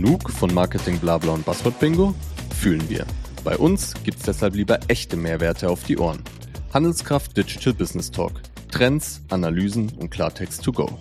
Genug von Marketing, Blabla und Buzzword Bingo? Fühlen wir. Bei uns gibt's deshalb lieber echte Mehrwerte auf die Ohren. Handelskraft Digital Business Talk. Trends, Analysen und Klartext to go.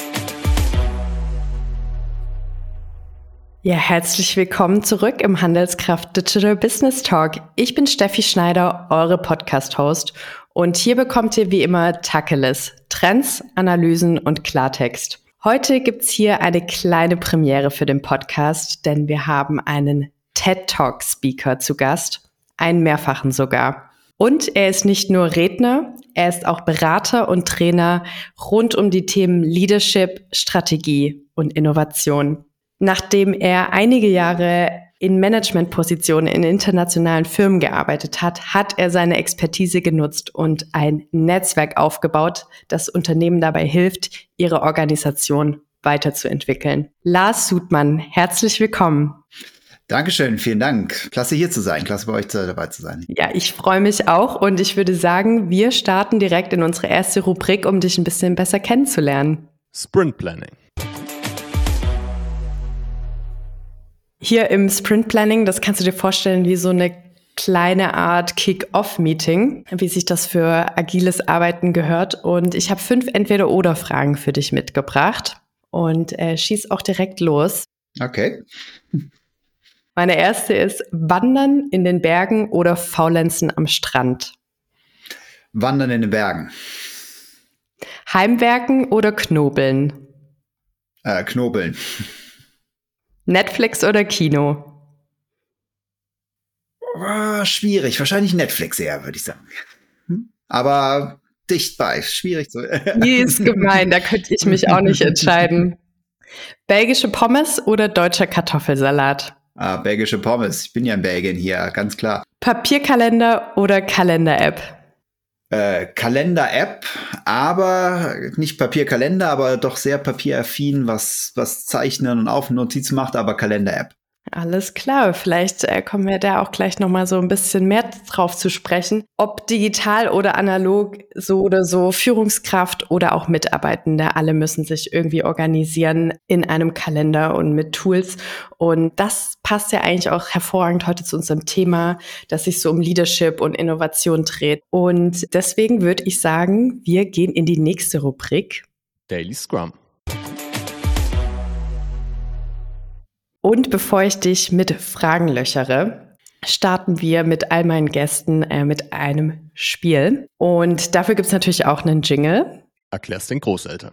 Ja, herzlich willkommen zurück im Handelskraft Digital Business Talk. Ich bin Steffi Schneider, eure Podcast-Host. Und hier bekommt ihr wie immer Tacheles, Trends, Analysen und Klartext. Heute gibt's hier eine kleine Premiere für den Podcast, denn wir haben einen TED-Talk-Speaker zu Gast, einen mehrfachen sogar. Und er ist nicht nur Redner, er ist auch Berater und Trainer rund um die Themen Leadership, Strategie und Innovation. Nachdem er einige Jahre in Managementpositionen in internationalen Firmen gearbeitet hat, hat er seine Expertise genutzt und ein Netzwerk aufgebaut, das Unternehmen dabei hilft, ihre Organisation weiterzuentwickeln. Lars Sudmann, herzlich willkommen. Dankeschön, vielen Dank. Klasse hier zu sein, klasse bei euch dabei zu sein. Ja, ich freue mich auch und ich würde sagen, wir starten direkt in unsere erste Rubrik, um dich ein bisschen besser kennenzulernen. Sprint Planning. Hier im Sprint Planning, das kannst du dir vorstellen wie so eine kleine Art Kick-Off-Meeting, wie sich das für agiles Arbeiten gehört. Und ich habe 5 Entweder-oder-Fragen für dich mitgebracht und schieß auch direkt los. Okay. Meine erste ist Wandern in den Bergen oder Faulenzen am Strand? Wandern in den Bergen. Heimwerken oder Knobeln? Knobeln. Netflix oder Kino? Schwierig. Wahrscheinlich Netflix eher, würde ich sagen. Aber dicht bei. Schwierig zu. Die ist gemein, da könnte ich mich auch nicht entscheiden. Belgische Pommes oder deutscher Kartoffelsalat? Belgische Pommes. Ich bin ja in Belgien hier, ganz klar. Papierkalender oder Kalender-App? Kalender-App, aber nicht Papierkalender, aber doch sehr papieraffin, was Zeichnen und Aufnotizen macht, aber Kalender-App. Alles klar, vielleicht kommen wir da auch gleich nochmal so ein bisschen mehr drauf zu sprechen. Ob digital oder analog, so oder so, Führungskraft oder auch Mitarbeitende, alle müssen sich irgendwie organisieren in einem Kalender und mit Tools. Und das passt ja eigentlich auch hervorragend heute zu unserem Thema, das sich so um Leadership und Innovation dreht. Und deswegen würde ich sagen, wir gehen in die nächste Rubrik. Daily Scrum. Und bevor ich dich mit Fragen löchere, starten wir mit all meinen Gästen mit einem Spiel. Und dafür gibt es natürlich auch einen Jingle. Erklär's den Großeltern.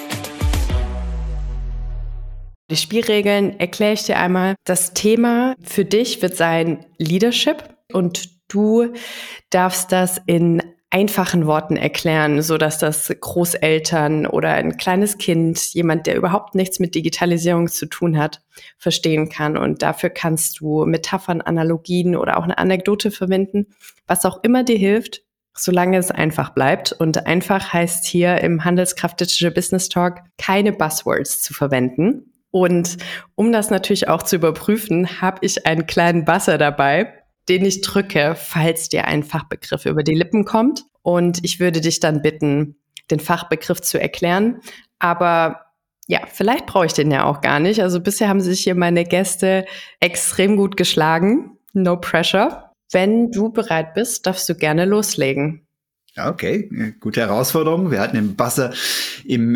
Die Spielregeln erkläre ich dir einmal. Das Thema für dich wird sein Leadership und du darfst das in einfachen Worten erklären, so dass das Großeltern oder ein kleines Kind, jemand, der überhaupt nichts mit Digitalisierung zu tun hat, verstehen kann. Und dafür kannst du Metaphern, Analogien oder auch eine Anekdote verwenden, was auch immer dir hilft, solange es einfach bleibt. Und einfach heißt hier im Handelskraft Digital Business Talk keine Buzzwords zu verwenden. Und um das natürlich auch zu überprüfen, habe ich einen kleinen Buzzer dabei, den ich drücke, falls dir ein Fachbegriff über die Lippen kommt. Und ich würde dich dann bitten, den Fachbegriff zu erklären. Aber ja, vielleicht brauche ich den ja auch gar nicht. Also bisher haben sich hier meine Gäste extrem gut geschlagen. No pressure. Wenn du bereit bist, darfst du gerne loslegen. Okay, gute Herausforderung. Wir hatten den Buzzer im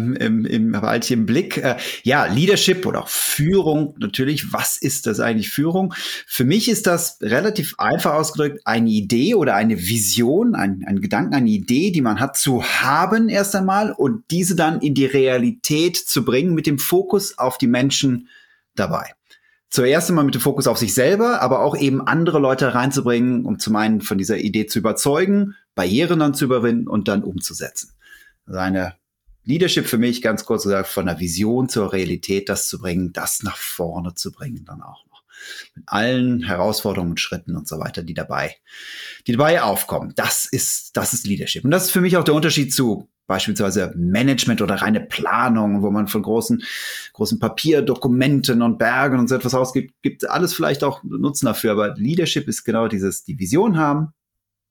Blick. Ja, Leadership oder auch Führung natürlich. Was ist das eigentlich Führung? Für mich ist das relativ einfach ausgedrückt eine Idee oder eine Vision, ein Gedanken, eine Idee, die man hat zu haben erst einmal und diese dann in die Realität zu bringen mit dem Fokus auf die Menschen dabei. Zuerst einmal mit dem Fokus auf sich selber, aber auch eben andere Leute reinzubringen, um zum einen von dieser Idee zu überzeugen, Barrieren dann zu überwinden und dann umzusetzen. Also eine Leadership für mich, ganz kurz gesagt, von der Vision zur Realität das zu bringen, das nach vorne zu bringen dann auch noch. Mit allen Herausforderungen und Schritten und so weiter, die dabei aufkommen. Das ist Leadership. Und das ist für mich auch der Unterschied zu beispielsweise Management oder reine Planung, wo man von großen Papierdokumenten und Bergen und so etwas ausgibt, gibt alles vielleicht auch Nutzen dafür. Aber Leadership ist genau dieses, die Vision haben,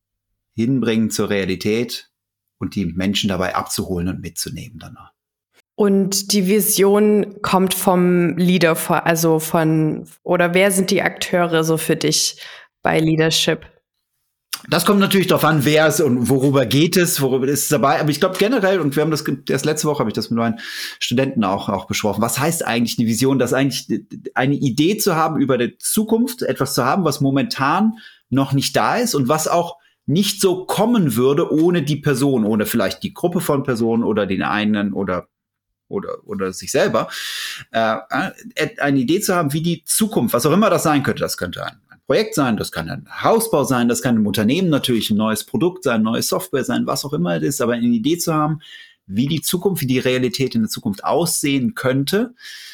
hinbringen zur Realität und die Menschen dabei abzuholen und mitzunehmen danach. Und die Vision kommt vom Leader, oder wer sind die Akteure so für dich bei Leadership? Das kommt natürlich darauf an, wer es und worüber geht es, worüber ist es dabei. Aber ich glaube generell, und wir haben das erst letzte Woche, habe ich das mit meinen Studenten auch besprochen. Was heißt eigentlich eine Vision? Das eigentlich eine Idee zu haben über die Zukunft, etwas zu haben, was momentan noch nicht da ist und was auch nicht so kommen würde ohne die Person, ohne vielleicht die Gruppe von Personen oder den einen oder sich selber. Eine Idee zu haben, wie die Zukunft, was auch immer das sein könnte. Das könnte ein Projekt sein, das kann ein Hausbau sein, das kann im Unternehmen natürlich ein neues Produkt sein, neue Software sein, was auch immer es ist, aber eine Idee zu haben, wie die Zukunft, wie die Realität in der Zukunft aussehen könnte.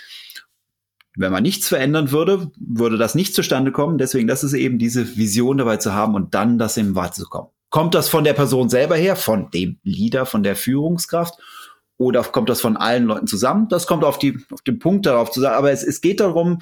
Wenn man nichts verändern würde, würde das nicht zustande kommen. Deswegen, das ist eben diese Vision dabei zu haben und dann das eben weiterzukommen. Kommt das von der Person selber her, von dem Leader, von der Führungskraft, oder kommt das von allen Leuten zusammen? Das kommt auf den Punkt darauf zu sagen. Aber es geht darum,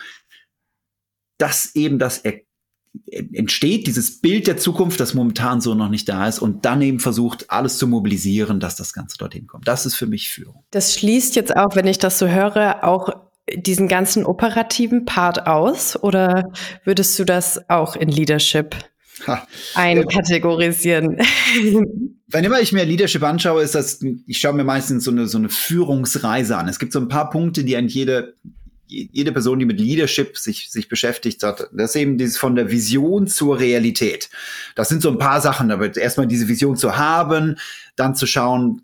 dass eben das entsteht, dieses Bild der Zukunft, das momentan so noch nicht da ist und dann eben versucht, alles zu mobilisieren, dass das Ganze dorthin kommt. Das ist für mich Führung. Das schließt jetzt auch, wenn ich das so höre, auch diesen ganzen operativen Part aus, oder würdest du das auch in Leadership einkategorisieren? Wenn immer ich mir Leadership anschaue, ich schaue mir meistens so eine Führungsreise an. Es gibt so ein paar Punkte, die eigentlich jede Person, die mit Leadership sich beschäftigt hat, das ist eben dieses von der Vision zur Realität. Das sind so ein paar Sachen, aber erstmal diese Vision zu haben, dann zu schauen,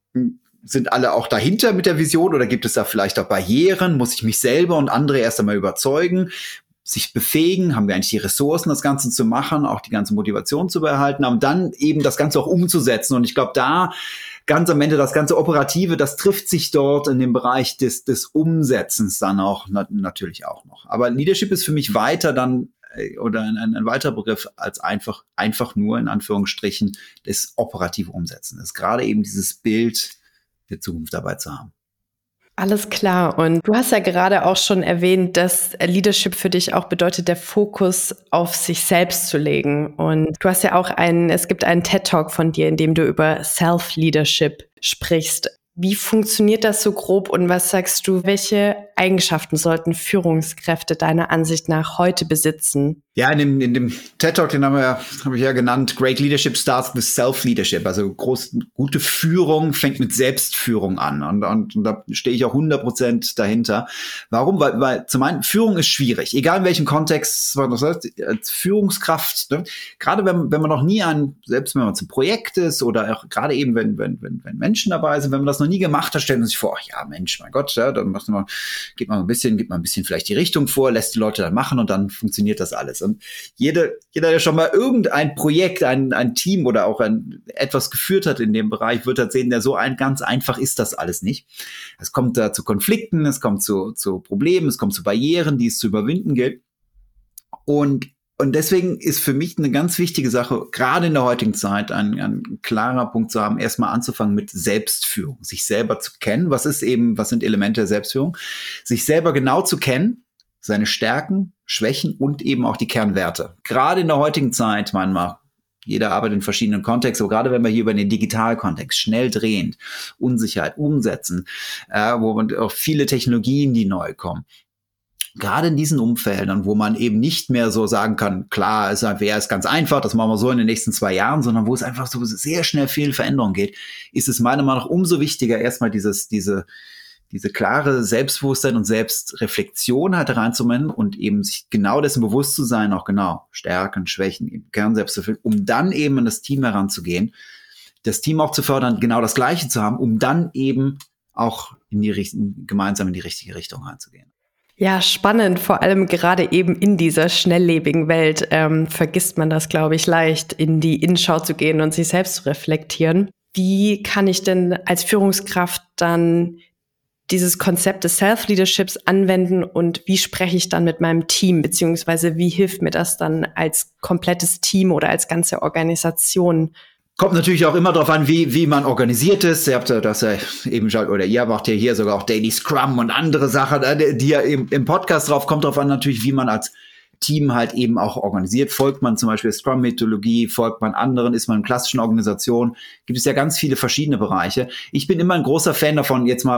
sind alle auch dahinter mit der Vision oder gibt es da vielleicht auch Barrieren? Muss ich mich selber und andere erst einmal überzeugen, sich befähigen? Haben wir eigentlich die Ressourcen, das Ganze zu machen, auch die ganze Motivation zu behalten, aber dann eben das Ganze auch umzusetzen. Und ich glaube, da ganz am Ende das ganze Operative, das trifft sich dort in dem Bereich des Umsetzens dann auch natürlich auch noch. Aber Leadership ist für mich weiter dann oder ein weiterer Begriff als einfach nur in Anführungsstrichen das operative Umsetzen. Das ist gerade eben dieses Bild der Zukunft dabei zu haben. Alles klar. Und du hast ja gerade auch schon erwähnt, dass Leadership für dich auch bedeutet, der Fokus auf sich selbst zu legen. Und du hast ja auch es gibt einen TED-Talk von dir, in dem du über Self-Leadership sprichst. Wie funktioniert das so grob und was sagst du, welche Eigenschaften sollten Führungskräfte deiner Ansicht nach heute besitzen? Ja, in dem TED-Talk, den habe ich ja genannt, Great Leadership starts with Self-Leadership. Also gute Führung fängt mit Selbstführung an. Und da stehe ich auch 100% dahinter. Warum? Weil zum einen, Führung ist schwierig. Egal in welchem Kontext, das heißt, als Führungskraft, ne? Gerade wenn man noch nie selbst wenn man zum Projekt ist oder auch gerade eben, wenn Menschen dabei sind, wenn man das noch nie gemacht hat, stellt man sich vor, ach ja, Mensch, mein Gott, ja, dann gibt man ein bisschen vielleicht die Richtung vor, lässt die Leute dann machen und dann funktioniert das alles. Und jeder, der schon mal irgendein Projekt, ein Team oder auch etwas geführt hat in dem Bereich, wird halt sehen, ganz einfach ist das alles nicht. Es kommt da zu Konflikten, es kommt zu Problemen, es kommt zu Barrieren, die es zu überwinden gilt. Und deswegen ist für mich eine ganz wichtige Sache, gerade in der heutigen Zeit, ein klarer Punkt zu haben, erstmal anzufangen mit Selbstführung, sich selber zu kennen. Was sind Elemente der Selbstführung? Sich selber genau zu kennen, seine Stärken, Schwächen und eben auch die Kernwerte. Gerade in der heutigen Zeit, jeder arbeitet in verschiedenen Kontexten, aber gerade wenn wir hier über den Digitalkontext schnell drehend, Unsicherheit umsetzen, wo man auch viele Technologien, die neu kommen. Gerade in diesen Umfeldern, wo man eben nicht mehr so sagen kann, klar, wäre es ganz einfach, das machen wir so in den nächsten 2 Jahren, sondern wo es einfach so sehr schnell viel Veränderung geht, ist es meiner Meinung nach umso wichtiger, erstmal diese klare Selbstbewusstsein und Selbstreflexion halt reinzumachen und eben sich genau dessen bewusst zu sein, auch genau Stärken, Schwächen, Kernselbstbewusstsein, um dann eben an das Team heranzugehen, das Team auch zu fördern, genau das Gleiche zu haben, um dann eben auch gemeinsam in die richtige Richtung reinzugehen. Ja, spannend, vor allem gerade eben in dieser schnelllebigen Welt vergisst man das, glaube ich, leicht, in die Innenschau zu gehen und sich selbst zu reflektieren. Wie kann ich denn als Führungskraft dann dieses Konzept des Self-Leaderships anwenden und wie spreche ich dann mit meinem Team, beziehungsweise wie hilft mir das dann als komplettes Team oder als ganze Organisation? Kommt natürlich auch immer darauf an, wie man organisiert ist. Ihr habt das ja eben schon, oder ihr macht ja hier sogar auch Daily Scrum und andere Sachen, die ja im Podcast drauf, kommt darauf an natürlich, wie man als Team halt eben auch organisiert. Folgt man zum Beispiel Scrum-Methodologie, folgt man anderen, ist man in klassischen Organisationen, gibt es ja ganz viele verschiedene Bereiche. Ich bin immer ein großer Fan davon, jetzt mal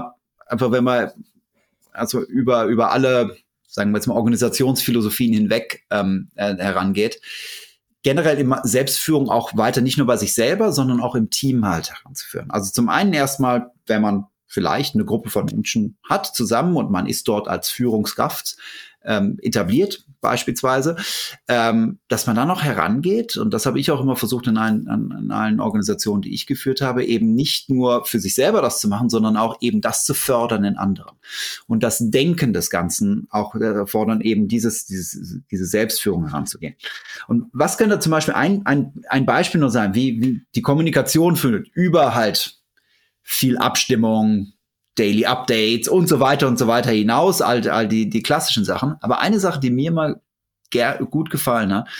einfach wenn man also über alle, sagen wir jetzt mal, Organisationsphilosophien hinweg herangeht, generell immer Selbstführung auch weiter nicht nur bei sich selber, sondern auch im Team halt heranzuführen. Also zum einen erstmal, wenn man vielleicht eine Gruppe von Menschen hat zusammen und man ist dort als Führungskraft etabliert beispielsweise, dass man dann noch herangeht, und das habe ich auch immer versucht in allen Organisationen, die ich geführt habe, eben nicht nur für sich selber das zu machen, sondern auch eben das zu fördern in anderen. Und das Denken des Ganzen auch fordern, eben diese Selbstführung heranzugehen. Und was könnte zum Beispiel ein Beispiel nur sein, wie die Kommunikation führt über halt viel Abstimmung, Daily Updates und so weiter hinaus, all die klassischen Sachen. Aber eine Sache, die mir mal gut gefallen hat,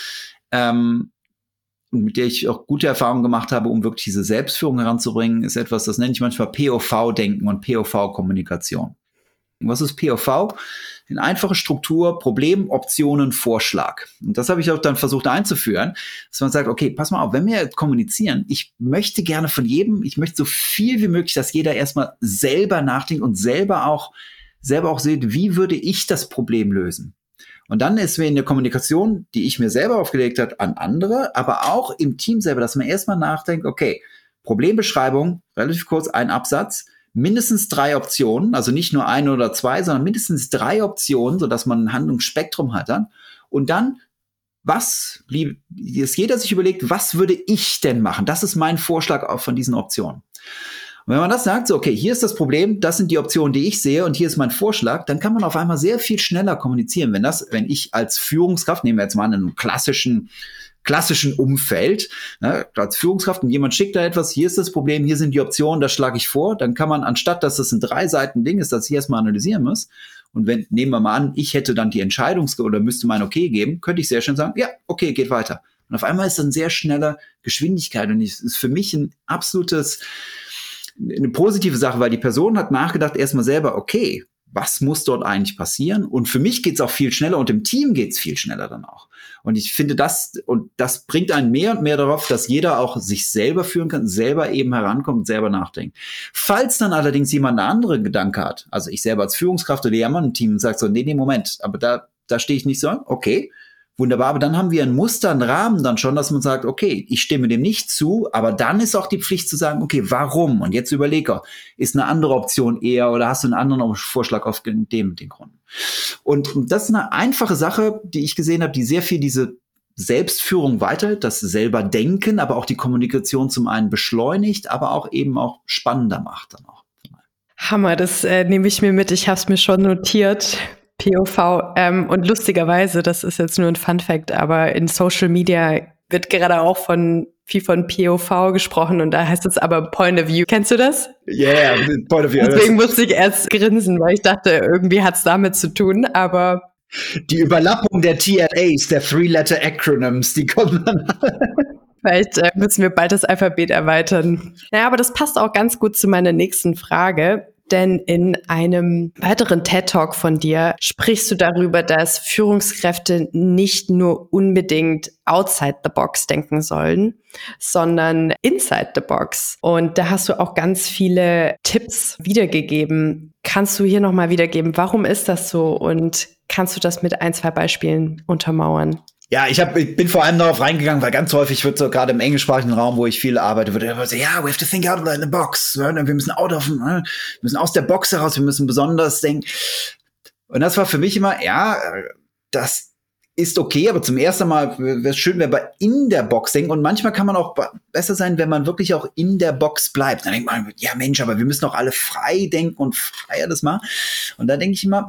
mit der ich auch gute Erfahrungen gemacht habe, um wirklich diese Selbstführung heranzubringen, ist etwas, das nenne ich manchmal POV-Denken und POV-Kommunikation. Und was ist POV? Eine einfache Struktur, Problem, Optionen, Vorschlag. Und das habe ich auch dann versucht einzuführen, dass man sagt, okay, pass mal auf, wenn wir kommunizieren, ich möchte gerne von jedem, ich möchte so viel wie möglich, dass jeder erstmal selber nachdenkt und selber auch sieht, wie würde ich das Problem lösen? Und dann ist mir in der Kommunikation, die ich mir selber aufgelegt habe, an andere, aber auch im Team selber, dass man erstmal nachdenkt, okay, Problembeschreibung, relativ kurz, ein Absatz, mindestens 3 Optionen, also nicht nur 1 oder 2, sondern mindestens 3 Optionen, sodass man ein Handlungsspektrum hat dann. Und dann, dass jeder sich überlegt, was würde ich denn machen? Das ist mein Vorschlag auch von diesen Optionen. Und wenn man das sagt, so, okay, hier ist das Problem, das sind die Optionen, die ich sehe und hier ist mein Vorschlag, dann kann man auf einmal sehr viel schneller kommunizieren. Wenn ich als Führungskraft, nehmen wir jetzt mal einen klassischen Umfeld, ne, als Führungskraft, und jemand schickt da etwas, hier ist das Problem, hier sind die Optionen, das schlage ich vor, dann kann man, anstatt dass das ein 3-Seiten-Ding ist, das ich erstmal analysieren muss, und nehmen wir mal an, ich hätte dann die oder müsste mein Okay geben, könnte ich sehr schnell sagen, ja, okay, geht weiter. Und auf einmal ist dann sehr schnelle Geschwindigkeit, und es ist für mich eine positive Sache, weil die Person hat nachgedacht erstmal selber, okay, was muss dort eigentlich passieren? Und für mich geht's auch viel schneller und im Team geht's viel schneller dann auch. Und ich finde das bringt einen mehr und mehr darauf, dass jeder auch sich selber führen kann, selber eben herankommt und selber nachdenkt. Falls dann allerdings jemand eine andere Gedanke hat, also ich selber als Führungskraft oder jemand im Team sagt so, nee, Moment, aber da stehe ich nicht so, okay, wunderbar, aber dann haben wir ein Muster, einen Rahmen dann schon, dass man sagt, okay, ich stimme dem nicht zu, aber dann ist auch die Pflicht zu sagen, okay, warum? Und jetzt überlege, ist eine andere Option eher oder hast du einen anderen Vorschlag auf den Grund? Und das ist eine einfache Sache, die ich gesehen habe, die sehr viel diese Selbstführung weiterhält, das selber Denken, aber auch die Kommunikation zum einen beschleunigt, aber auch eben auch spannender macht dann auch. Hammer, das nehme ich mir mit. Ich habe es mir schon notiert. POV. Und lustigerweise, das ist jetzt nur ein Fun-Fact, aber in Social Media wird gerade auch viel von POV gesprochen und da heißt es aber Point of View. Kennst du das? Yeah, Point of View. Deswegen musste ich erst grinsen, weil ich dachte, irgendwie hat es damit zu tun, aber die Überlappung der TLAs, der Three-Letter-Acronyms, die kommen dann. Vielleicht müssen wir bald das Alphabet erweitern. Naja, aber das passt auch ganz gut zu meiner nächsten Frage. Denn in einem weiteren TED-Talk von dir sprichst du darüber, dass Führungskräfte nicht nur unbedingt outside the box denken sollen, sondern inside the box. Und da hast du auch ganz viele Tipps wiedergegeben. Kannst du hier nochmal wiedergeben, warum ist das so? Und kannst du das mit 1-2 Beispielen untermauern? Ja, ich bin vor allem darauf reingegangen, weil ganz häufig wird so gerade im englischsprachigen Raum, wo ich viel arbeite, wird immer so, ja, we have to think out of the box. Wir müssen aus der Box heraus, wir müssen besonders denken. Und das war für mich immer, ja, das ist okay, aber zum ersten Mal wäre es schön, wenn wir in der Box denken. Und manchmal kann man auch besser sein, wenn man wirklich auch in der Box bleibt. Dann denkt man, ja Mensch, aber wir müssen doch alle frei denken und frei das machen. Und da denke ich immer,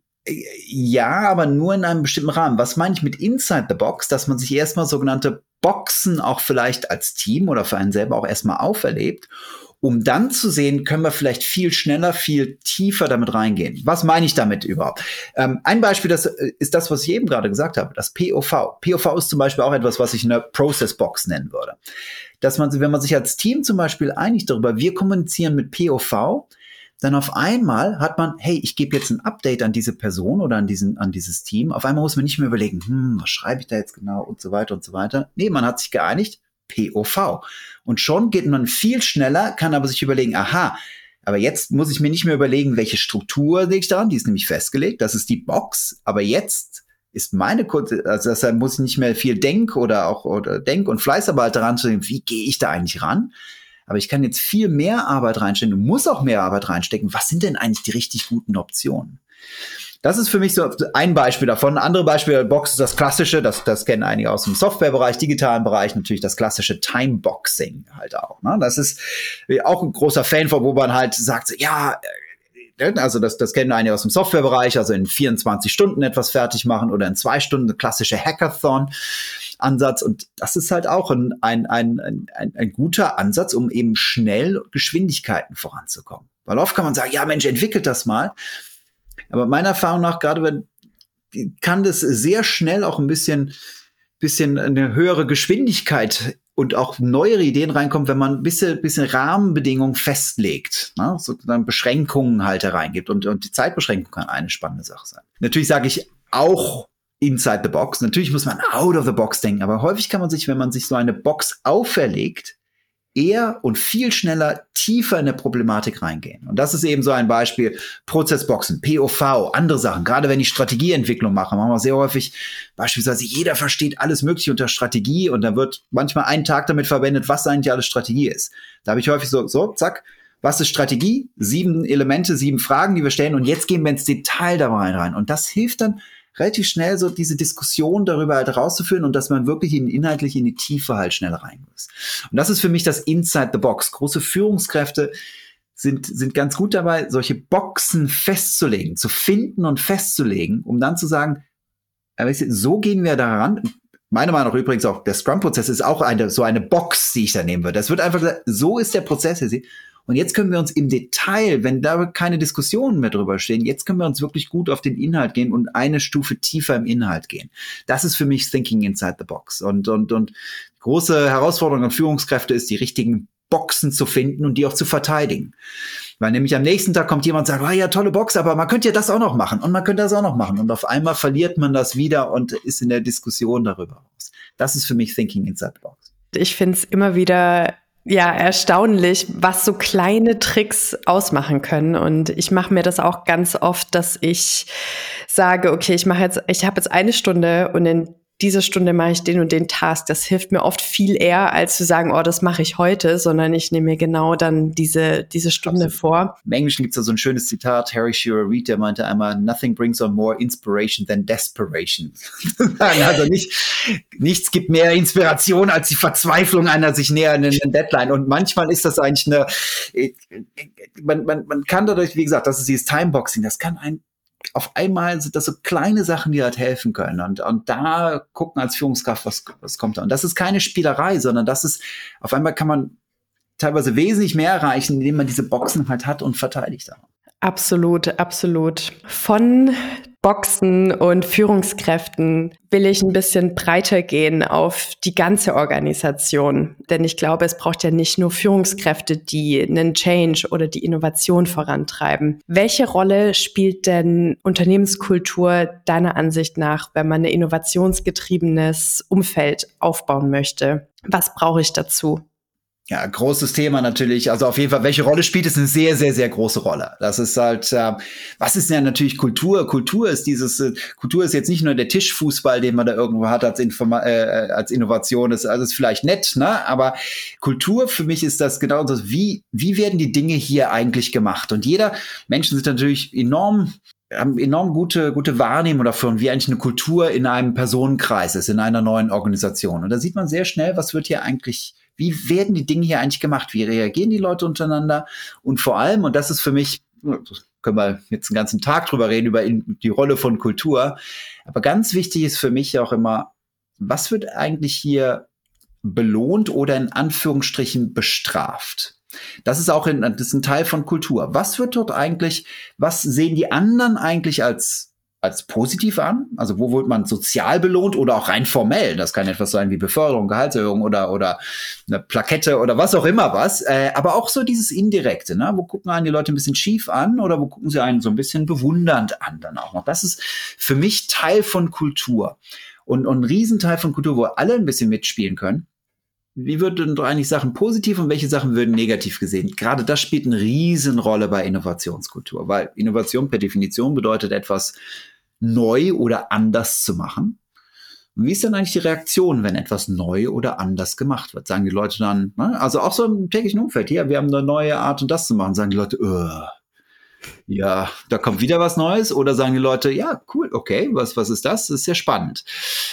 ja, aber nur in einem bestimmten Rahmen. Was meine ich mit Inside the Box? Dass man sich erstmal sogenannte Boxen auch vielleicht als Team oder für einen selber auch erstmal auferlebt, um dann zu sehen, können wir vielleicht viel schneller, viel tiefer damit reingehen. Was meine ich damit überhaupt? Ein Beispiel, das ist das, was ich eben gerade gesagt habe, das POV. POV ist zum Beispiel auch etwas, was ich eine Process Box nennen würde. Dass man, wenn man sich als Team zum Beispiel einigt darüber, wir kommunizieren mit POV, dann auf einmal hat man, hey, ich gebe jetzt ein Update an diese Person oder an dieses Team. Auf einmal muss man nicht mehr überlegen, was schreibe ich da jetzt genau und so weiter und so weiter. Nee, man hat sich geeinigt, POV. Und schon geht man viel schneller, kann aber sich überlegen, aha, Aber jetzt muss ich mir nicht mehr überlegen, welche Struktur lege ich da an. Die ist nämlich festgelegt. Das ist die Box. Aber jetzt ist meine kurze, also deshalb muss ich nicht mehr viel Denk- oder Denk- und Fleißarbeit daran zu nehmen. Wie gehe ich da eigentlich ran? Aber ich kann jetzt viel mehr Arbeit reinstecken und muss auch mehr Arbeit reinstecken. Was sind denn eigentlich die richtig guten Optionen? Das ist für mich so ein Beispiel davon. Andere Beispiele, Box ist das klassische, das kennen einige aus dem Softwarebereich, digitalen Bereich, natürlich das klassische Timeboxing halt auch. Ne? Das ist auch ein großer Fan von, wo man halt sagt, ja, also das kennen einige aus dem Softwarebereich, also in 24 Stunden etwas fertig machen oder in 2 Stunden, eine klassische Hackathon-Ansatz. Und das ist halt auch ein guter Ansatz, um eben schnell Geschwindigkeiten voranzukommen. Weil oft kann man sagen, ja Mensch, entwickelt das mal. Aber meiner Erfahrung nach, gerade kann das sehr schnell auch ein bisschen eine höhere Geschwindigkeit und auch neuere Ideen reinkommen, wenn man ein bisschen Rahmenbedingungen festlegt, ne? So dann Beschränkungen halt hereingibt. Und die Zeitbeschränkung kann eine spannende Sache sein. Natürlich sage ich auch inside the box. Natürlich muss man out of the box denken. Aber häufig kann man sich, wenn man sich so eine Box auferlegt, eher und viel schneller tiefer in der Problematik reingehen. Und das ist eben so ein Beispiel. Prozessboxen, POV, andere Sachen. Gerade wenn ich Strategieentwicklung mache, machen wir sehr häufig beispielsweise, jeder versteht alles Mögliche unter Strategie und da wird manchmal ein Tag damit verwendet, was eigentlich alles Strategie ist. Da habe ich häufig so, zack, was ist Strategie? 7 Elemente, 7 Fragen, die wir stellen und jetzt gehen wir ins Detail da rein. Und das hilft dann relativ schnell, so diese Diskussion darüber halt rauszuführen und dass man wirklich inhaltlich in die Tiefe halt schnell rein muss. Und das ist für mich das Inside the Box. Große Führungskräfte sind ganz gut dabei, solche Boxen festzulegen, zu finden und festzulegen, um dann zu sagen, so gehen wir daran. Meiner Meinung nach übrigens auch, der Scrum-Prozess ist auch so eine Box, die ich da nehmen würde. Das wird einfach gesagt, so ist der Prozess hier. Und jetzt können wir uns im Detail, wenn da keine Diskussionen mehr drüber stehen, jetzt können wir uns wirklich gut auf den Inhalt gehen und eine Stufe tiefer im Inhalt gehen. Das ist für mich Thinking Inside the Box. Und große Herausforderung an Führungskräfte ist, die richtigen Boxen zu finden und die auch zu verteidigen. Weil nämlich am nächsten Tag kommt jemand und sagt, ja, tolle Box, aber man könnte ja das auch noch machen und man könnte das auch noch machen. Und auf einmal verliert man das wieder und ist in der Diskussion darüber raus. Das ist für mich Thinking Inside the Box. Ich finde es immer wieder erstaunlich, was so kleine Tricks ausmachen können. Und ich mache mir das auch ganz oft, dass ich sage, okay, ich habe jetzt 1 Stunde und in dieser Stunde mache ich den und den Task. Das hilft mir oft viel eher, als zu sagen, oh, das mache ich heute, sondern ich nehme mir genau dann diese Stunde Absolut. vor. Im Englischen gibt es da so ein schönes Zitat, Harry Shearer Reed, der meinte einmal, nothing brings on more inspiration than desperation. Also nichts gibt mehr Inspiration als die Verzweiflung einer sich nähernden Deadline. Und manchmal ist das eigentlich man kann dadurch, wie gesagt, das ist dieses Timeboxing, das kann auf einmal sind das so kleine Sachen, die halt helfen können. Und da gucken als Führungskraft, was kommt da. Und das ist keine Spielerei, sondern das ist, auf einmal kann man teilweise wesentlich mehr erreichen, indem man diese Boxen halt hat und verteidigt. Absolut, absolut. Von Boxen und Führungskräften will ich ein bisschen breiter gehen auf die ganze Organisation. Denn ich glaube, es braucht ja nicht nur Führungskräfte, die einen Change oder die Innovation vorantreiben. Welche Rolle spielt denn Unternehmenskultur deiner Ansicht nach, wenn man ein innovationsgetriebenes Umfeld aufbauen möchte? Was brauche ich dazu? Ja, großes Thema natürlich. Also auf jeden Fall, welche Rolle spielt es? Eine sehr, sehr, sehr große Rolle. Das ist halt, was ist denn natürlich Kultur? Kultur ist jetzt nicht nur der Tischfußball, den man da irgendwo hat als Innovation. Also ist vielleicht nett, ne? Aber Kultur für mich ist das genau so, wie werden die Dinge hier eigentlich gemacht? Und Menschen sind natürlich haben enorm gute Wahrnehmung davon, wie eigentlich eine Kultur in einem Personenkreis ist, in einer neuen Organisation. Und da sieht man sehr schnell, wie werden die Dinge hier eigentlich gemacht? Wie reagieren die Leute untereinander? Und vor allem, und das ist für mich, können wir jetzt einen ganzen Tag drüber reden, über die Rolle von Kultur. Aber ganz wichtig ist für mich auch immer, was wird eigentlich hier belohnt oder in Anführungsstrichen bestraft? Das ist ein Teil von Kultur. Was sehen die anderen eigentlich als positiv an? Also wo wird man sozial belohnt oder auch rein formell? Das kann etwas sein wie Beförderung, Gehaltserhöhung oder eine Plakette oder was auch immer was. Aber auch so dieses Indirekte, ne? Wo gucken einen die Leute ein bisschen schief an oder wo gucken sie einen so ein bisschen bewundernd an dann auch noch? Das ist für mich Teil von Kultur. Und ein Riesenteil von Kultur, wo alle ein bisschen mitspielen können, wie würden eigentlich Sachen positiv und welche Sachen würden negativ gesehen? Gerade das spielt eine Riesenrolle bei Innovationskultur, weil Innovation per Definition bedeutet, etwas neu oder anders zu machen. Und wie ist dann eigentlich die Reaktion, wenn etwas neu oder anders gemacht wird? Sagen die Leute dann, ne? Also auch so im täglichen Umfeld, hier, wir haben eine neue Art und das zu machen, sagen die Leute, ja, da kommt wieder was Neues, oder sagen die Leute, ja, cool, okay, was ist das? Das ist ja spannend.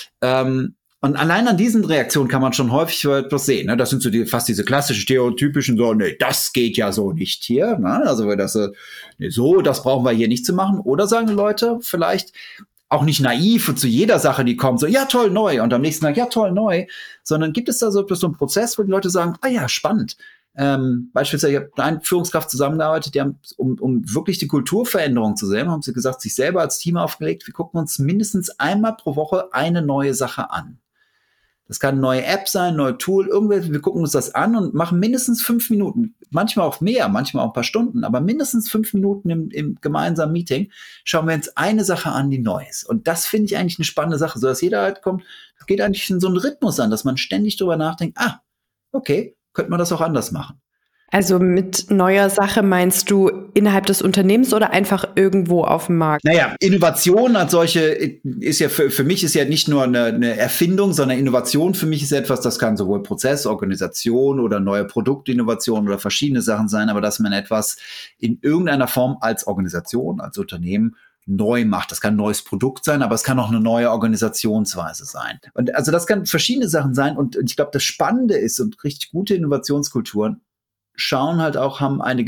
Und allein an diesen Reaktionen kann man schon häufig etwas sehen. Ne? Das sind so fast diese klassischen stereotypischen, so, nee, das geht ja so nicht hier. Ne? Also das brauchen wir hier nicht zu machen. Oder sagen die Leute vielleicht, auch nicht naiv und zu jeder Sache, die kommt, so, ja, toll, neu. Und am nächsten Tag, ja, toll, neu. Sondern gibt es da so einen Prozess, wo die Leute sagen, ah ja, spannend. Beispielsweise, ich habe mit einer Führungskraft zusammengearbeitet, die haben, um wirklich die Kulturveränderung zu sehen, haben sie gesagt, sich selber als Team aufgelegt, wir gucken uns mindestens einmal pro Woche eine neue Sache an. Das kann eine neue App sein, ein neues Tool, irgendwelche, wir gucken uns das an und machen mindestens 5 Minuten, manchmal auch mehr, manchmal auch ein paar Stunden, aber mindestens 5 Minuten im gemeinsamen Meeting schauen wir uns eine Sache an, die neu ist. Und das finde ich eigentlich eine spannende Sache, sodass jeder halt kommt, es geht eigentlich in so einen Rhythmus an, dass man ständig drüber nachdenkt, okay, könnte man das auch anders machen. Also mit neuer Sache meinst du innerhalb des Unternehmens oder einfach irgendwo auf dem Markt? Naja, Innovation als solche ist ja für mich ist ja nicht nur eine Erfindung, sondern Innovation für mich ist etwas, das kann sowohl Prozess, Organisation oder neue Produktinnovation oder verschiedene Sachen sein, aber dass man etwas in irgendeiner Form als Organisation, als Unternehmen neu macht. Das kann ein neues Produkt sein, aber es kann auch eine neue Organisationsweise sein. Und also das kann verschiedene Sachen sein. Und ich glaube, das Spannende ist, und richtig gute Innovationskulturen schauen halt auch, haben eine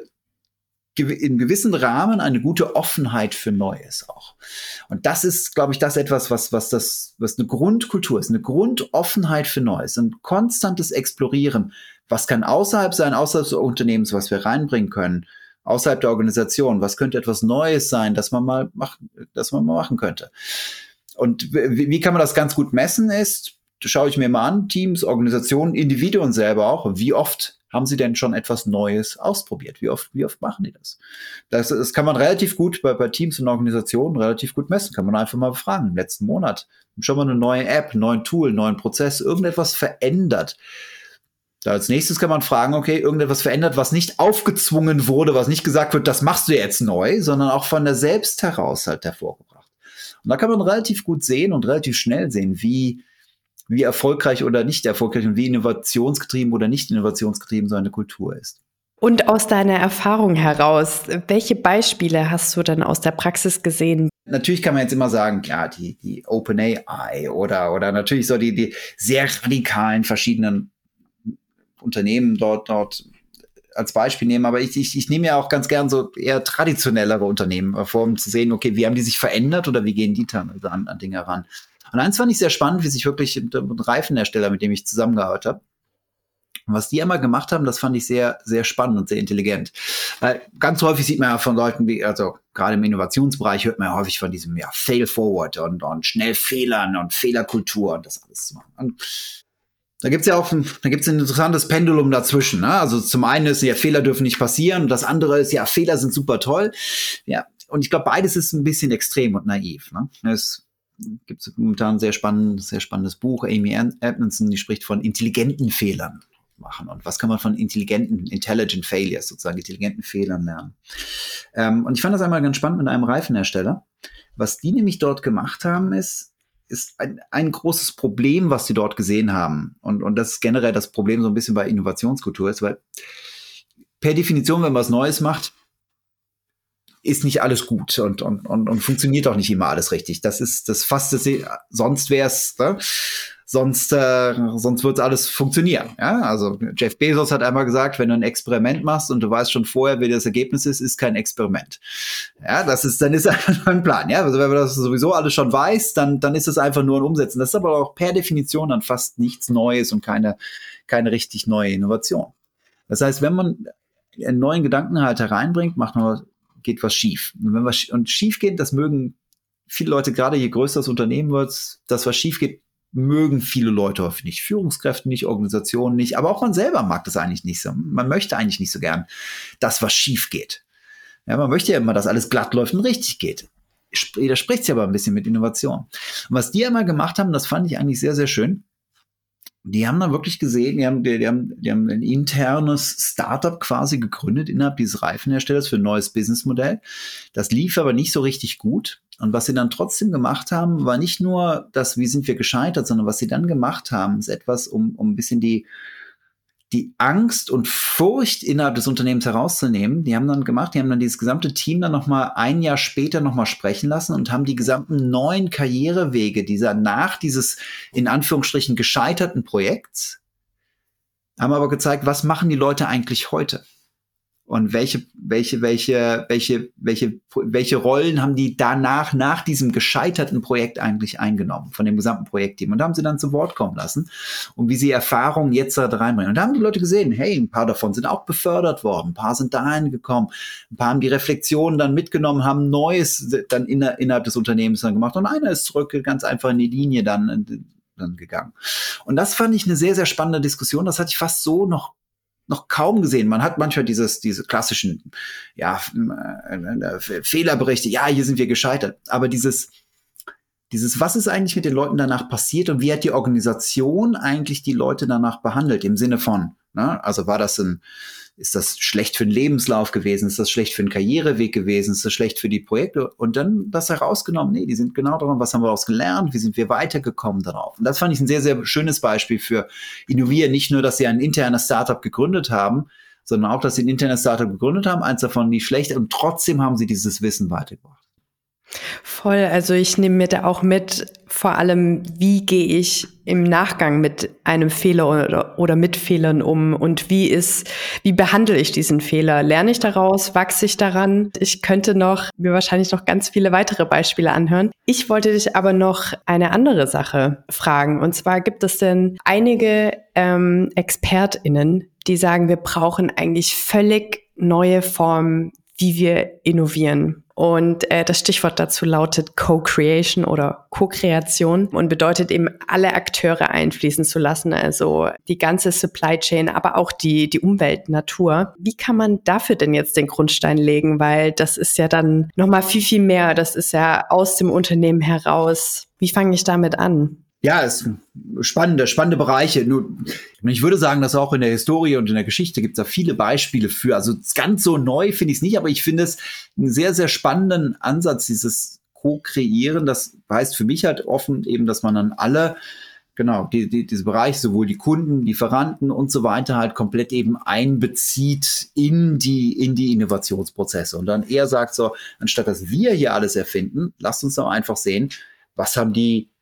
in gewissen Rahmen eine gute Offenheit für Neues auch. Und das ist, glaube ich, das etwas, was eine Grundkultur ist, eine Grundoffenheit für Neues, ein konstantes Explorieren. Was kann außerhalb sein, außerhalb des Unternehmens, was wir reinbringen können, außerhalb der Organisation, was könnte etwas Neues sein, das man mal machen könnte. Und wie kann man das ganz gut messen ist, schaue ich mir mal an, Teams, Organisationen, Individuen selber auch, wie oft haben sie denn schon etwas Neues ausprobiert? Wie oft machen die das? Das kann man relativ gut bei Teams und Organisationen relativ gut messen. Kann man einfach mal befragen. Im letzten Monat schon mal eine neue App, einen neuen Tool, einen neuen Prozess, irgendetwas verändert. Da als nächstes kann man fragen, okay, irgendetwas verändert, was nicht aufgezwungen wurde, was nicht gesagt wird, das machst du jetzt neu, sondern auch von der selbst heraus halt hervorgebracht. Und da kann man relativ gut sehen und relativ schnell sehen, wie erfolgreich oder nicht erfolgreich und wie innovationsgetrieben oder nicht innovationsgetrieben so eine Kultur ist. Und aus deiner Erfahrung heraus, welche Beispiele hast du dann aus der Praxis gesehen? Natürlich kann man jetzt immer sagen, ja, die OpenAI oder natürlich so die sehr radikalen verschiedenen Unternehmen dort als Beispiel nehmen, aber ich nehme ja auch ganz gern so eher traditionellere Unternehmen vor, um zu sehen, okay, wie haben die sich verändert oder wie gehen die dann an Dinge ran. Und eins fand ich sehr spannend, wie sich wirklich ein Reifenhersteller, mit dem ich zusammengearbeitet habe, was die einmal gemacht haben, das fand ich sehr, sehr spannend und sehr intelligent. Weil ganz häufig sieht man ja von Leuten, also gerade im Innovationsbereich hört man ja häufig von diesem Fail Forward und schnell Fehlern und Fehlerkultur und das alles zu machen. Und da gibt's ein interessantes Pendulum dazwischen. Ne? Also zum einen ist Fehler dürfen nicht passieren und das andere ist Fehler sind super toll. Ja, und ich glaube, beides ist ein bisschen extrem und naiv. Ne? Es gibt momentan ein sehr spannendes Buch, Amy Edmondson, die spricht von intelligenten Fehlern machen. Und was kann man von intelligent failures, sozusagen intelligenten Fehlern lernen? Und ich fand das einmal ganz spannend mit einem Reifenhersteller. Was die nämlich dort gemacht haben, ist ein großes Problem, was sie dort gesehen haben. Und das ist generell das Problem so ein bisschen bei Innovationskultur ist, weil per Definition, wenn man was Neues macht, ist nicht alles gut und funktioniert auch nicht immer alles richtig. Sonst wär's, ne? Sonst wird alles funktionieren. Ja? Also Jeff Bezos hat einmal gesagt, wenn du ein Experiment machst und du weißt schon vorher, wie das Ergebnis ist kein Experiment. Ja, dann ist einfach nur ein Plan. Ja? Also wenn man das sowieso alles schon weiß, dann ist es einfach nur ein Umsetzen. Das ist aber auch per Definition dann fast nichts Neues und keine richtig neue Innovation. Das heißt, wenn man einen neuen Gedanken halt hereinbringt, geht was schief. Und schief geht, das mögen viele Leute, gerade je größer das Unternehmen wird, das was schief geht, mögen viele Leute häufig nicht. Führungskräfte nicht, Organisationen nicht, aber auch man selber mag das eigentlich nicht so. Man möchte eigentlich nicht so gern, dass was schief geht. Ja, man möchte ja immer, dass alles glatt läuft und richtig geht. Da spricht es ja aber ein bisschen mit Innovation. Und was die einmal gemacht haben, das fand ich eigentlich sehr, sehr schön. Die haben dann wirklich gesehen, die haben ein internes Startup quasi gegründet innerhalb dieses Reifenherstellers für ein neues Businessmodell. Das lief aber nicht so richtig gut. Und was sie dann trotzdem gemacht haben, war nicht nur das, wie sind wir gescheitert, sondern was sie dann gemacht haben, ist etwas, um ein bisschen die Angst und Furcht innerhalb des Unternehmens herauszunehmen. Die haben dann dieses gesamte Team dann nochmal ein Jahr später nochmal sprechen lassen und haben die gesamten neuen Karrierewege nach dieses in Anführungsstrichen gescheiterten Projekts, haben aber gezeigt, was machen die Leute eigentlich heute? Und welche Rollen haben die danach, nach diesem gescheiterten Projekt eigentlich eingenommen, von dem gesamten Projektteam? Und da haben sie dann zu Wort kommen lassen und wie sie Erfahrungen jetzt da reinbringen. Und da haben die Leute gesehen, hey, ein paar davon sind auch befördert worden, ein paar sind dahin gekommen, ein paar haben die Reflexionen dann mitgenommen, haben Neues dann innerhalb des Unternehmens dann gemacht und einer ist zurück, ganz einfach in die Linie dann gegangen. Und das fand ich eine sehr, sehr spannende Diskussion. Das hatte ich fast so noch kaum gesehen. Man hat manchmal diese klassischen, Fehlerberichte, ja, hier sind wir gescheitert. Aber dieses, was ist eigentlich mit den Leuten danach passiert und wie hat die Organisation eigentlich die Leute danach behandelt? Im Sinne von, ne, also ist das schlecht für den Lebenslauf gewesen? Ist das schlecht für den Karriereweg gewesen? Ist das schlecht für die Projekte? Und dann das herausgenommen, nee, die sind genau daran, was haben wir daraus gelernt? Wie sind wir weitergekommen darauf? Und das fand ich ein sehr, sehr schönes Beispiel für Innovieren. Nicht nur, dass sie ein internes Startup gegründet haben, sondern auch, dass sie ein internes Startup gegründet haben, eins davon nicht schlecht, und trotzdem haben sie dieses Wissen weitergebracht. Voll, also ich nehme mir da auch mit, vor allem, wie gehe ich im Nachgang mit einem Fehler oder mit Fehlern um und wie behandle ich diesen Fehler? Lerne ich daraus? Wachse ich daran? Ich könnte mir wahrscheinlich noch ganz viele weitere Beispiele anhören. Ich wollte dich aber noch eine andere Sache fragen, und zwar gibt es denn einige ExpertInnen, die sagen, wir brauchen eigentlich völlig neue Formen, wie wir innovieren. Und das Stichwort dazu lautet Co-Creation oder Co-Kreation und bedeutet eben, alle Akteure einfließen zu lassen, also die ganze Supply Chain, aber auch die Umwelt, Natur. Wie kann man dafür denn jetzt den Grundstein legen? Weil das ist ja dann nochmal viel, viel mehr. Das ist ja aus dem Unternehmen heraus. Wie fange ich damit an? Ja, es sind spannende Bereiche. Nur, ich würde sagen, dass auch in der Historie und in der Geschichte gibt es da viele Beispiele für. Also ganz so neu finde ich es nicht, aber ich finde es einen sehr, sehr spannenden Ansatz, dieses Co-Kreieren. Das heißt für mich halt offen eben, dass man dann alle, genau, diese Bereiche, sowohl die Kunden, Lieferanten und so weiter halt komplett eben einbezieht in die Innovationsprozesse. Und dann eher sagt so, anstatt dass wir hier alles erfinden, lasst uns doch einfach sehen, was haben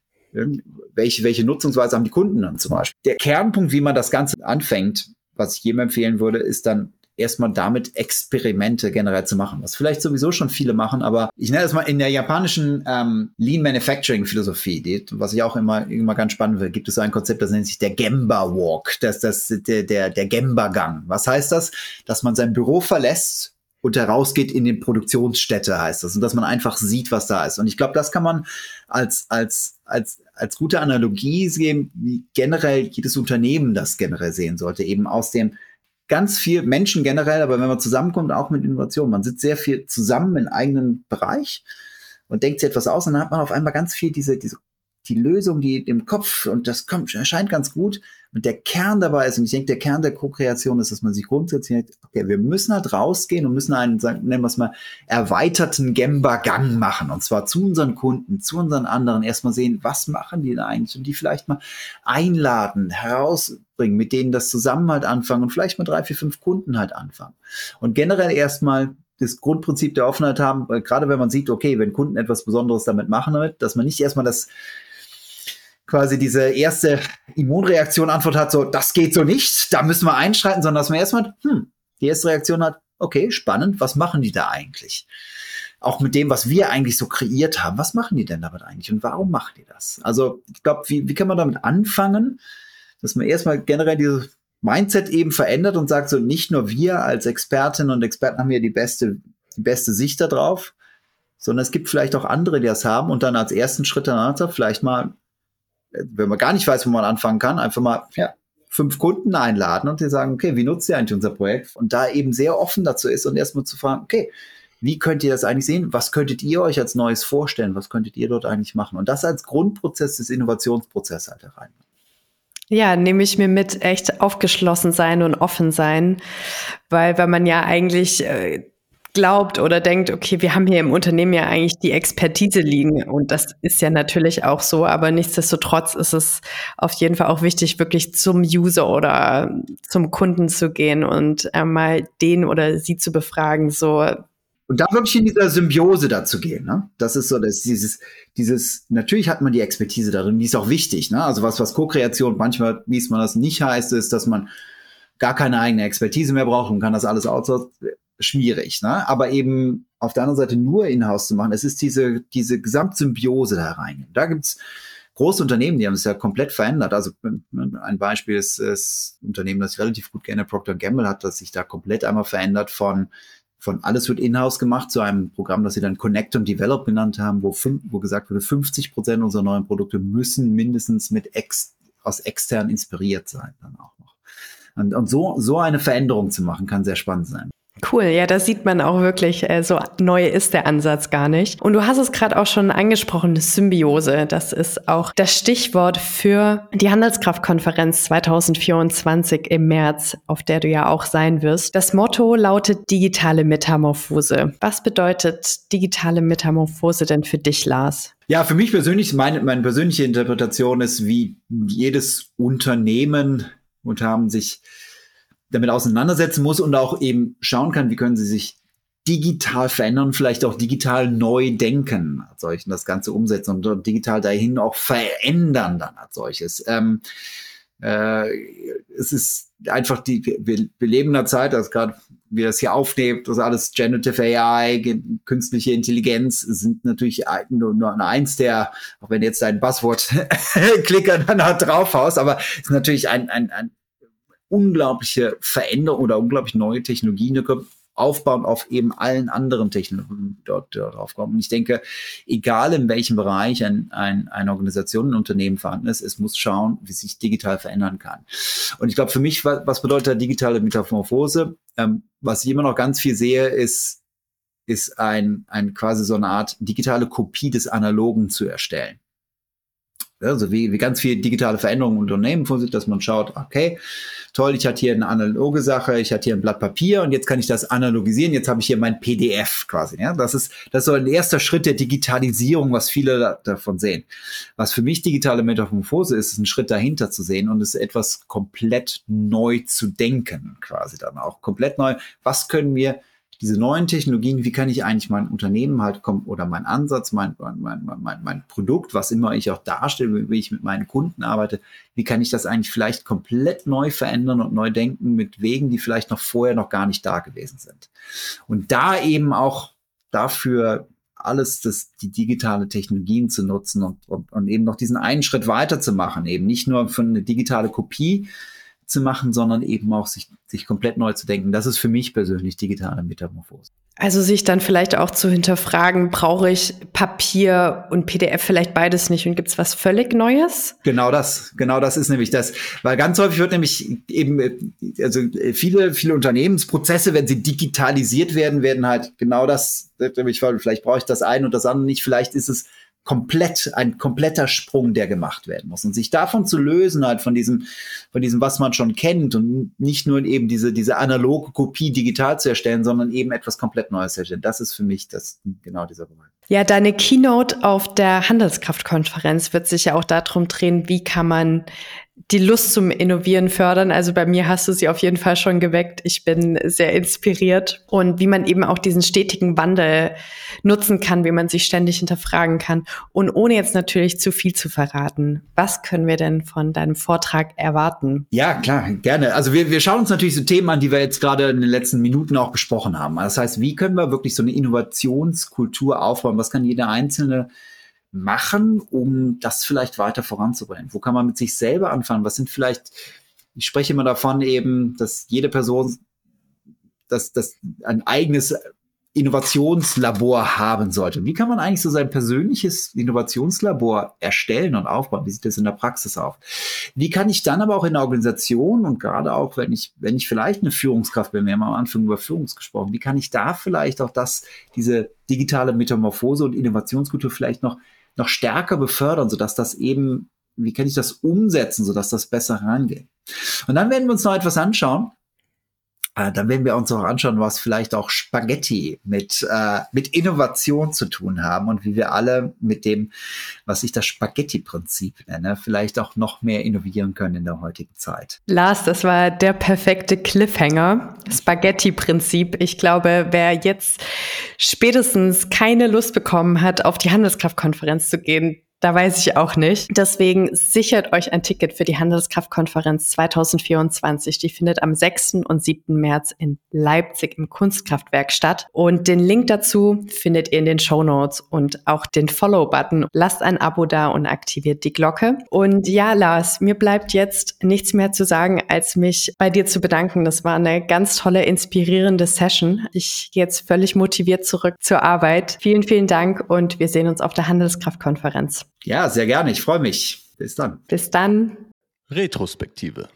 welche Nutzungsweise haben die Kunden dann zum Beispiel. Der Kernpunkt, wie man das Ganze anfängt, was ich jedem empfehlen würde, ist dann erstmal damit Experimente generell zu machen, was vielleicht sowieso schon viele machen, aber ich nenne das mal in der japanischen Lean Manufacturing Philosophie, was ich auch immer ganz spannend finde, gibt es so ein Konzept, das nennt sich der Gemba Walk, der Gemba Gang. Was heißt das? Dass man sein Büro verlässt und herausgeht in die Produktionsstätte, heißt das. Und dass man einfach sieht, was da ist. Und ich glaube, das kann man als gute Analogie sehen, wie generell jedes Unternehmen das generell sehen sollte. Eben aus dem ganz viel Menschen generell, aber wenn man zusammenkommt, auch mit Innovation. Man sitzt sehr viel zusammen im eigenen Bereich und denkt sich etwas aus und dann hat man auf einmal ganz viel die Lösung, die im Kopf, und das erscheint ganz gut. Und der Kern dabei ist, und ich denke, der Kern der Co-Kreation ist, dass man sich grundsätzlich, okay, wir müssen halt rausgehen und müssen einen, nennen wir es mal, erweiterten Gemba-Gang machen. Und zwar zu unseren Kunden, zu unseren anderen, erstmal sehen, was machen die da eigentlich? Und die vielleicht mal einladen, herausbringen, mit denen das zusammen halt anfangen und vielleicht mit 3, 4, 5 Kunden halt anfangen. Und generell erstmal das Grundprinzip der Offenheit haben, gerade wenn man sieht, okay, wenn Kunden etwas Besonderes damit machen, dass man nicht erstmal quasi diese erste Immunreaktion Antwort hat, so, das geht so nicht, da müssen wir einschreiten, sondern dass man erstmal, die erste Reaktion hat, okay, spannend, was machen die da eigentlich? Auch mit dem, was wir eigentlich so kreiert haben, was machen die denn damit eigentlich und warum machen die das? Also ich glaube, wie kann man damit anfangen, dass man erstmal generell dieses Mindset eben verändert und sagt so, nicht nur wir als Expertinnen und Experten haben hier die beste Sicht da drauf, sondern es gibt vielleicht auch andere, die das haben und dann als ersten Schritt danach vielleicht mal, wenn man gar nicht weiß, wo man anfangen kann, einfach mal 5 Kunden einladen und die sagen, okay, wie nutzt ihr eigentlich unser Projekt? Und da eben sehr offen dazu ist und erstmal zu fragen, okay, wie könnt ihr das eigentlich sehen? Was könntet ihr euch als Neues vorstellen? Was könntet ihr dort eigentlich machen? Und das als Grundprozess des Innovationsprozesses halt herein. Ja, nehme ich mir mit, echt aufgeschlossen sein und offen sein, weil wenn man ja eigentlich glaubt oder denkt, okay, wir haben hier im Unternehmen ja eigentlich die Expertise liegen und das ist ja natürlich auch so, aber nichtsdestotrotz ist es auf jeden Fall auch wichtig, wirklich zum User oder zum Kunden zu gehen und mal den oder sie zu befragen, so. Und da wirklich in dieser Symbiose dazu gehen, ne? Das ist so, dass natürlich hat man die Expertise darin, die ist auch wichtig, ne? Also was Co-Kreation manchmal, wie es man das nicht heißt, ist, dass man gar keine eigene Expertise mehr braucht und kann das alles outsourcen. Schwierig, ne? Aber eben auf der anderen Seite nur in-house zu machen, es ist diese Gesamtsymbiose da rein. Da gibt's große Unternehmen, die haben es ja komplett verändert. Also ein Beispiel ist das Unternehmen, das ich relativ gut kenne, Procter & Gamble, hat das sich da komplett einmal verändert von alles wird in-house gemacht zu einem Programm, das sie dann Connect und Develop genannt haben, wo gesagt wurde, 50% unserer neuen Produkte müssen mindestens aus extern inspiriert sein dann auch noch. Und so eine Veränderung zu machen, kann sehr spannend sein. Cool, ja, das sieht man auch wirklich, so neu ist der Ansatz gar nicht. Und du hast es gerade auch schon angesprochen, Symbiose. Das ist auch das Stichwort für die Handelskraftkonferenz 2024 im März, auf der du ja auch sein wirst. Das Motto lautet digitale Metamorphose. Was bedeutet digitale Metamorphose denn für dich, Lars? Ja, für mich persönlich, meine persönliche Interpretation ist, wie jedes Unternehmen und haben sich damit auseinandersetzen muss und auch eben schauen kann, wie können sie sich digital verändern, vielleicht auch digital neu denken als solches, das Ganze umsetzen und digital dahin auch verändern dann als solches. Es ist einfach wir leben in einer Zeit, dass gerade wir das hier aufnehmen, das alles Generative AI, künstliche Intelligenz sind natürlich nur eins der, auch wenn jetzt dein Buzzword-Klicker dann draufhaust, aber es ist natürlich ein unglaubliche Veränderung oder unglaublich neue Technologien aufbauen auf eben allen anderen Technologien dort drauf kommen. Und ich denke, egal in welchem Bereich eine Organisation, ein Unternehmen vorhanden ist, es muss schauen, wie sich digital verändern kann. Und ich glaube, für mich, was bedeutet digitale Metamorphose? Was ich immer noch ganz viel sehe, ist ein quasi so eine Art digitale Kopie des Analogen zu erstellen. Also wie ganz viel digitale Veränderungen im Unternehmen vorsieht, dass man schaut, okay, toll, ich hatte hier eine analoge Sache, ich hatte hier ein Blatt Papier und jetzt kann ich das analogisieren, jetzt habe ich hier mein PDF quasi. Ja? Das ist so ein erster Schritt der Digitalisierung, was viele davon sehen. Was für mich digitale Metamorphose ist ein Schritt dahinter zu sehen und es ist etwas komplett neu zu denken, quasi dann auch komplett neu. Was können wir diese neuen Technologien, wie kann ich eigentlich mein Unternehmen halt oder mein Ansatz, mein Produkt, was immer ich auch darstelle, wie ich mit meinen Kunden arbeite, wie kann ich das eigentlich vielleicht komplett neu verändern und neu denken mit Wegen, die vielleicht vorher noch gar nicht da gewesen sind. Und da eben auch dafür alles die digitale Technologien zu nutzen und eben noch diesen einen Schritt weiter zu machen, eben nicht nur für eine digitale Kopie zu machen, sondern eben auch sich komplett neu zu denken. Das ist für mich persönlich digitale Metamorphose. Also sich dann vielleicht auch zu hinterfragen, brauche ich Papier und PDF vielleicht beides nicht und gibt es was völlig Neues? Genau das ist nämlich das, weil ganz häufig wird nämlich eben, also viele Unternehmensprozesse, wenn sie digitalisiert werden halt genau das, nämlich vielleicht brauche ich das eine und das andere nicht, vielleicht ist es ein kompletter Sprung, der gemacht werden muss. Und sich davon zu lösen, halt von diesem, was man schon kennt und nicht nur eben diese analoge Kopie digital zu erstellen, sondern eben etwas komplett Neues zu erstellen. Das ist für mich genau dieser Bereich. Ja, deine Keynote auf der Handelskraftkonferenz wird sich ja auch darum drehen, wie kann man die Lust zum Innovieren fördern. Also bei mir hast du sie auf jeden Fall schon geweckt. Ich bin sehr inspiriert. Und wie man eben auch diesen stetigen Wandel nutzen kann, wie man sich ständig hinterfragen kann. Und ohne jetzt natürlich zu viel zu verraten. Was können wir denn von deinem Vortrag erwarten? Ja, klar, gerne. Also wir schauen uns natürlich so Themen an, die wir jetzt gerade in den letzten Minuten auch besprochen haben. Das heißt, wie können wir wirklich so eine Innovationskultur aufbauen? Was kann jeder Einzelne machen, um das vielleicht weiter voranzubringen? Wo kann man mit sich selber anfangen? Was sind vielleicht, ich spreche immer davon eben, dass jede Person das ein eigenes Innovationslabor haben sollte. Wie kann man eigentlich so sein persönliches Innovationslabor erstellen und aufbauen? Wie sieht das in der Praxis aus? Wie kann ich dann aber auch in der Organisation und gerade auch, wenn ich vielleicht eine Führungskraft bin, wir haben am Anfang über Führung gesprochen, wie kann ich da vielleicht auch diese digitale Metamorphose und Innovationskultur vielleicht noch stärker befördern, sodass das eben wie kann ich das umsetzen, sodass das besser rangeht. Und dann werden wir uns noch etwas anschauen. Dann werden wir uns auch anschauen, was vielleicht auch Spaghetti mit Innovation zu tun haben und wie wir alle mit dem, was ich das Spaghetti-Prinzip nenne, vielleicht auch noch mehr innovieren können in der heutigen Zeit. Lars, das war der perfekte Cliffhanger. Spaghetti-Prinzip. Ich glaube, wer jetzt spätestens keine Lust bekommen hat, auf die Handelskraftkonferenz zu gehen, da weiß ich auch nicht. Deswegen sichert euch ein Ticket für die Handelskraftkonferenz 2024. Die findet am 6. und 7. März in Leipzig im Kunstkraftwerk statt. Und den Link dazu findet ihr in den Shownotes und auch den Follow-Button. Lasst ein Abo da und aktiviert die Glocke. Und ja, Lars, mir bleibt jetzt nichts mehr zu sagen, als mich bei dir zu bedanken. Das war eine ganz tolle, inspirierende Session. Ich gehe jetzt völlig motiviert zurück zur Arbeit. Vielen, vielen Dank und wir sehen uns auf der Handelskraftkonferenz. Ja, sehr gerne. Ich freue mich. Bis dann. Bis dann. Retrospektive.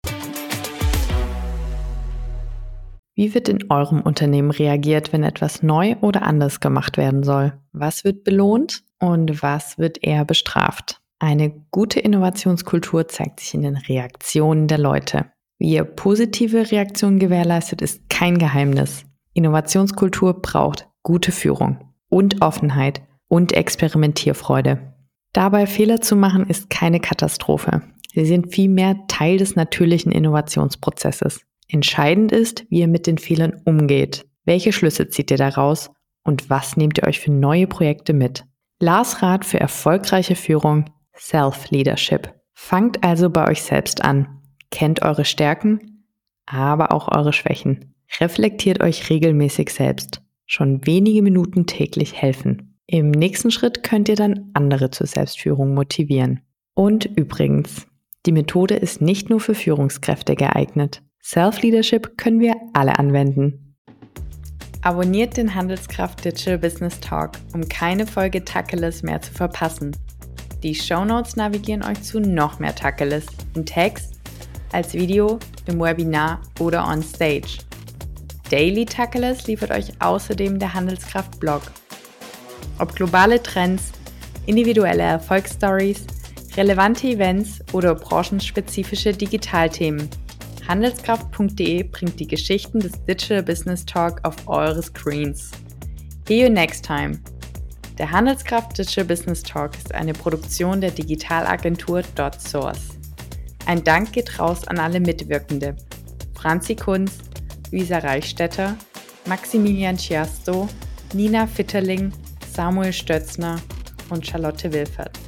Wie wird in eurem Unternehmen reagiert, wenn etwas neu oder anders gemacht werden soll? Was wird belohnt und was wird eher bestraft? Eine gute Innovationskultur zeigt sich in den Reaktionen der Leute. Wie ihr positive Reaktionen gewährleistet, ist kein Geheimnis. Innovationskultur braucht gute Führung und Offenheit und Experimentierfreude. Dabei Fehler zu machen, ist keine Katastrophe. Sie sind vielmehr Teil des natürlichen Innovationsprozesses. Entscheidend ist, wie ihr mit den Fehlern umgeht. Welche Schlüsse zieht ihr daraus und was nehmt ihr euch für neue Projekte mit? Lars Rat für erfolgreiche Führung: Self-Leadership. Fangt also bei euch selbst an. Kennt eure Stärken, aber auch eure Schwächen. Reflektiert euch regelmäßig selbst. Schon wenige Minuten täglich helfen. Im nächsten Schritt könnt ihr dann andere zur Selbstführung motivieren. Und übrigens, die Methode ist nicht nur für Führungskräfte geeignet. Self-Leadership können wir alle anwenden. Abonniert den Handelskraft Digital Business Talk, um keine Folge Tacheles mehr zu verpassen. Die Shownotes navigieren euch zu noch mehr Tacheles in Text, als Video, im Webinar oder on Stage. Daily Tacheles liefert euch außerdem der Handelskraft Blog. Ob globale Trends, individuelle Erfolgsstories, relevante Events oder branchenspezifische Digitalthemen. Handelskraft.de bringt die Geschichten des Digital Business Talk auf eure Screens. See you next time. Der Handelskraft Digital Business Talk ist eine Produktion der Digitalagentur .source. Ein Dank geht raus an alle Mitwirkende: Franzi Kunz, Luisa Reichstetter, Maximilian Chiasto, Nina Fitterling, Samuel Stötzner und Charlotte Wilfert.